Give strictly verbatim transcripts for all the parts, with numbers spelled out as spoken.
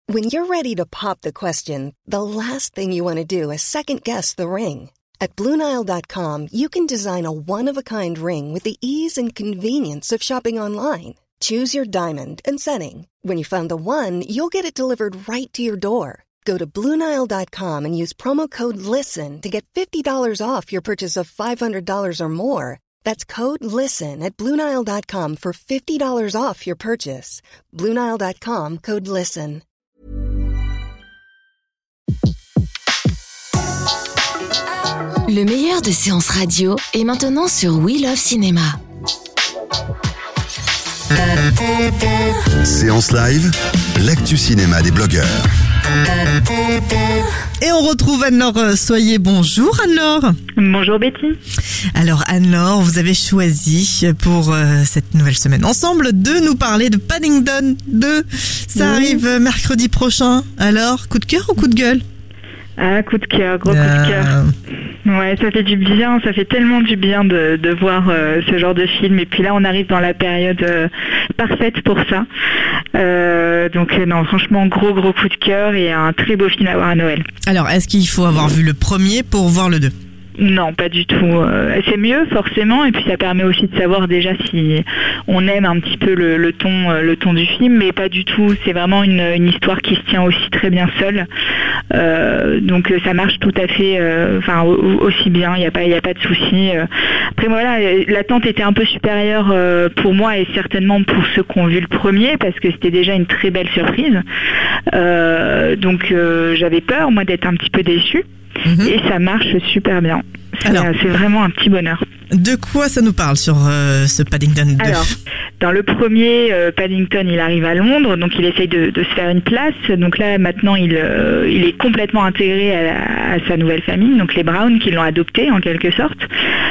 When you're ready to pop the question, the last thing you want to do is second-guess the ring. At Blue Nile dot com, you can design a one-of-a-kind ring with the ease and convenience of shopping online. Choose your diamond and setting. When you find the one, you'll get it delivered right to your door. Go to Blue Nile dot com and use promo code LISTEN to get fifty dollars off your purchase of five hundred dollars or more. That's code LISTEN at Blue Nile dot com for fifty dollars off your purchase. Blue Nile dot com, code LISTEN. Le meilleur de séances radio est maintenant sur We Love Cinéma. Séance live, l'actu cinéma des blogueurs. Et on retrouve Anne-Laure Soyer. Bonjour Anne-Laure. Bonjour Betty. Alors Anne-Laure, vous avez choisi pour euh, cette nouvelle semaine ensemble de nous parler de Paddington deux. Ça oui. arrive mercredi prochain. Alors, coup de cœur ou coup de gueule ? Ah, coup de cœur, gros euh... coup de cœur. Ouais, ça fait du bien, ça fait tellement du bien de, de voir euh, ce genre de film. Et puis là, on arrive dans la période euh, parfaite pour ça. Euh, donc euh, non, franchement, gros gros coup de cœur et un très beau film à voir à Noël. Alors, est-ce qu'il faut avoir vu le premier pour voir le deux ? Non, pas du tout. Euh, c'est mieux forcément, et puis ça permet aussi de savoir déjà si on aime un petit peu le, le ton, le ton du film, mais pas du tout. C'est vraiment une, une histoire qui se tient aussi très bien seule. Euh, donc ça marche tout à fait, euh, enfin aussi bien. Il y a pas, il y a pas de souci. Après voilà, l'attente était un peu supérieure euh, pour moi et certainement pour ceux qui ont vu le premier, parce que c'était déjà une très belle surprise. Euh, donc euh, j'avais peur moi d'être un petit peu déçue. Mmh. Et ça marche super bien. C'est, Alors, c'est vraiment un petit bonheur. De quoi ça nous parle sur euh, ce Paddington deux ? Alors, dans le premier, euh, Paddington, il arrive à Londres, donc il essaye de, de se faire une place. Donc là, maintenant, il, euh, il est complètement intégré à, la, à sa nouvelle famille, donc les Brown qui l'ont adopté en quelque sorte.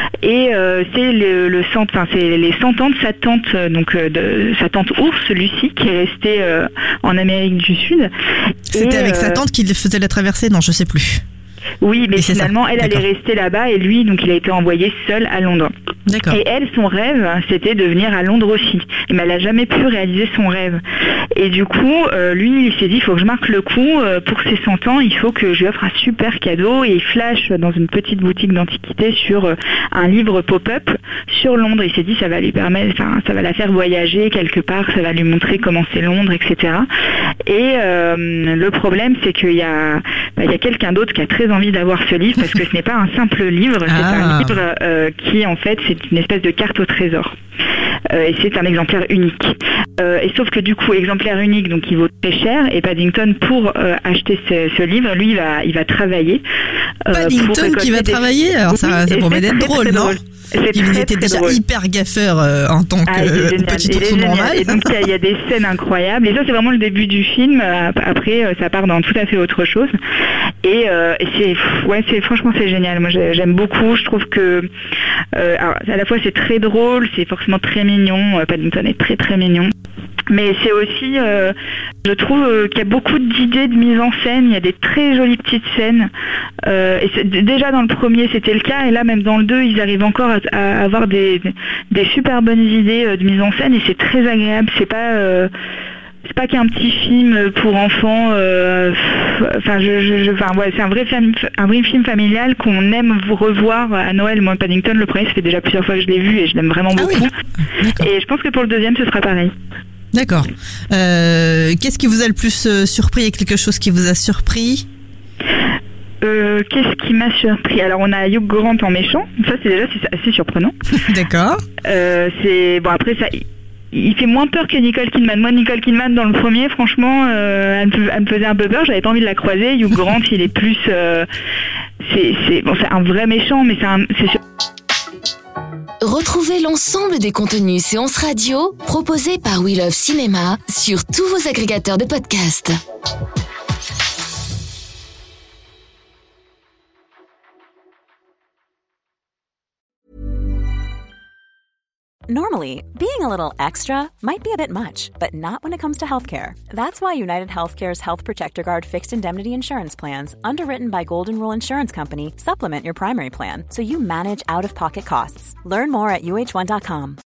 Et euh, c'est le, le cent, enfin c'est les cent ans de sa tante, donc euh, de sa tante ours, Lucie, qui est restée euh, en Amérique du Sud. C'était et, avec euh, sa tante qu'il faisait la traversée ? Non, je sais plus. Oui, mais finalement, elle D'accord. allait rester là-bas et lui, donc il a été envoyé seul à Londres. D'accord. Et elle, son rêve, c'était de venir à Londres aussi. Mais elle n'a jamais pu réaliser son rêve. Et du coup, euh, lui, il s'est dit, il faut que je marque le coup. Euh, pour ses cent ans, il faut que je lui offre un super cadeau. Et il flash dans une petite boutique d'antiquité sur euh, un livre pop-up sur Londres. Il s'est dit, ça va lui permettre, enfin, ça va la faire voyager quelque part, ça va lui montrer comment c'est Londres, et cetera. Et euh, le problème, c'est qu'il y a, bah, il y a quelqu'un d'autre qui a très envie d'avoir ce livre, parce que ce n'est pas un simple livre, c'est ah. un livre euh, qui, en fait, c'est une espèce de carte au trésor. Euh, et c'est un exemplaire unique. Euh, et sauf que du coup, exemplaire unique, donc il vaut très cher. Et Paddington, pour euh, acheter ce, ce livre, lui, il va, il va travailler. Euh, Paddington qui va des... travailler. Alors oui, ça, ça promet d'être drôle, non? C'est il très, était très déjà drôle. hyper gaffeur euh, en tant que ah, euh, petit ourson normal. Et donc il y, y a des scènes incroyables. Et ça, c'est vraiment le début du film. Après, ça part dans tout à fait autre chose. Et, euh, et c'est, ouais, c'est franchement c'est génial. Moi, j'aime beaucoup. Je trouve que euh, alors, à la fois c'est très drôle, c'est forcément très mignon. Paddington est très très mignon. Mais c'est aussi, euh, je trouve euh, qu'il y a beaucoup d'idées de mise en scène. Il y a des très jolies petites scènes. Euh, et c'est, déjà dans le premier, c'était le cas. Et là, même dans le deux, ils arrivent encore à, à avoir des, des super bonnes idées euh, de mise en scène. Et c'est très agréable. C'est pas, euh, c'est pas qu'un petit film pour enfants. Euh, enfin, je, je, je, enfin, ouais, c'est un vrai, fam, un vrai film familial qu'on aime vous revoir à Noël. Moi, Paddington, le premier, ça fait déjà plusieurs fois que je l'ai vu et je l'aime vraiment ah beaucoup. Oui. Et je pense que pour le deuxième, ce sera pareil. D'accord. Euh, qu'est-ce qui vous a le plus euh, surpris? Il y a quelque chose qui vous a surpris? Euh, qu'est-ce qui m'a surpris? Alors on a Hugh Grant en méchant. Ça c'est déjà c'est assez surprenant. D'accord. Euh, c'est bon après ça. Il fait moins peur que Nicole Kidman. Moi, Nicole Kidman, dans le premier, franchement, euh, elle, me, elle me faisait un peu peur. J'avais pas envie de la croiser. Hugh Grant, il est plus... Euh, c'est, c'est, bon, c'est un vrai méchant, mais c'est, un, c'est sûr... Retrouvez l'ensemble des contenus séances radio proposés par We Love Cinéma sur tous vos agrégateurs de podcasts. Normally, being a little extra might be a bit much, but not when it comes to healthcare. That's why United Healthcare's Health Protector Guard fixed indemnity insurance plans, underwritten by Golden Rule Insurance Company, supplement your primary plan so you manage out-of-pocket costs. Learn more at U H one dot com.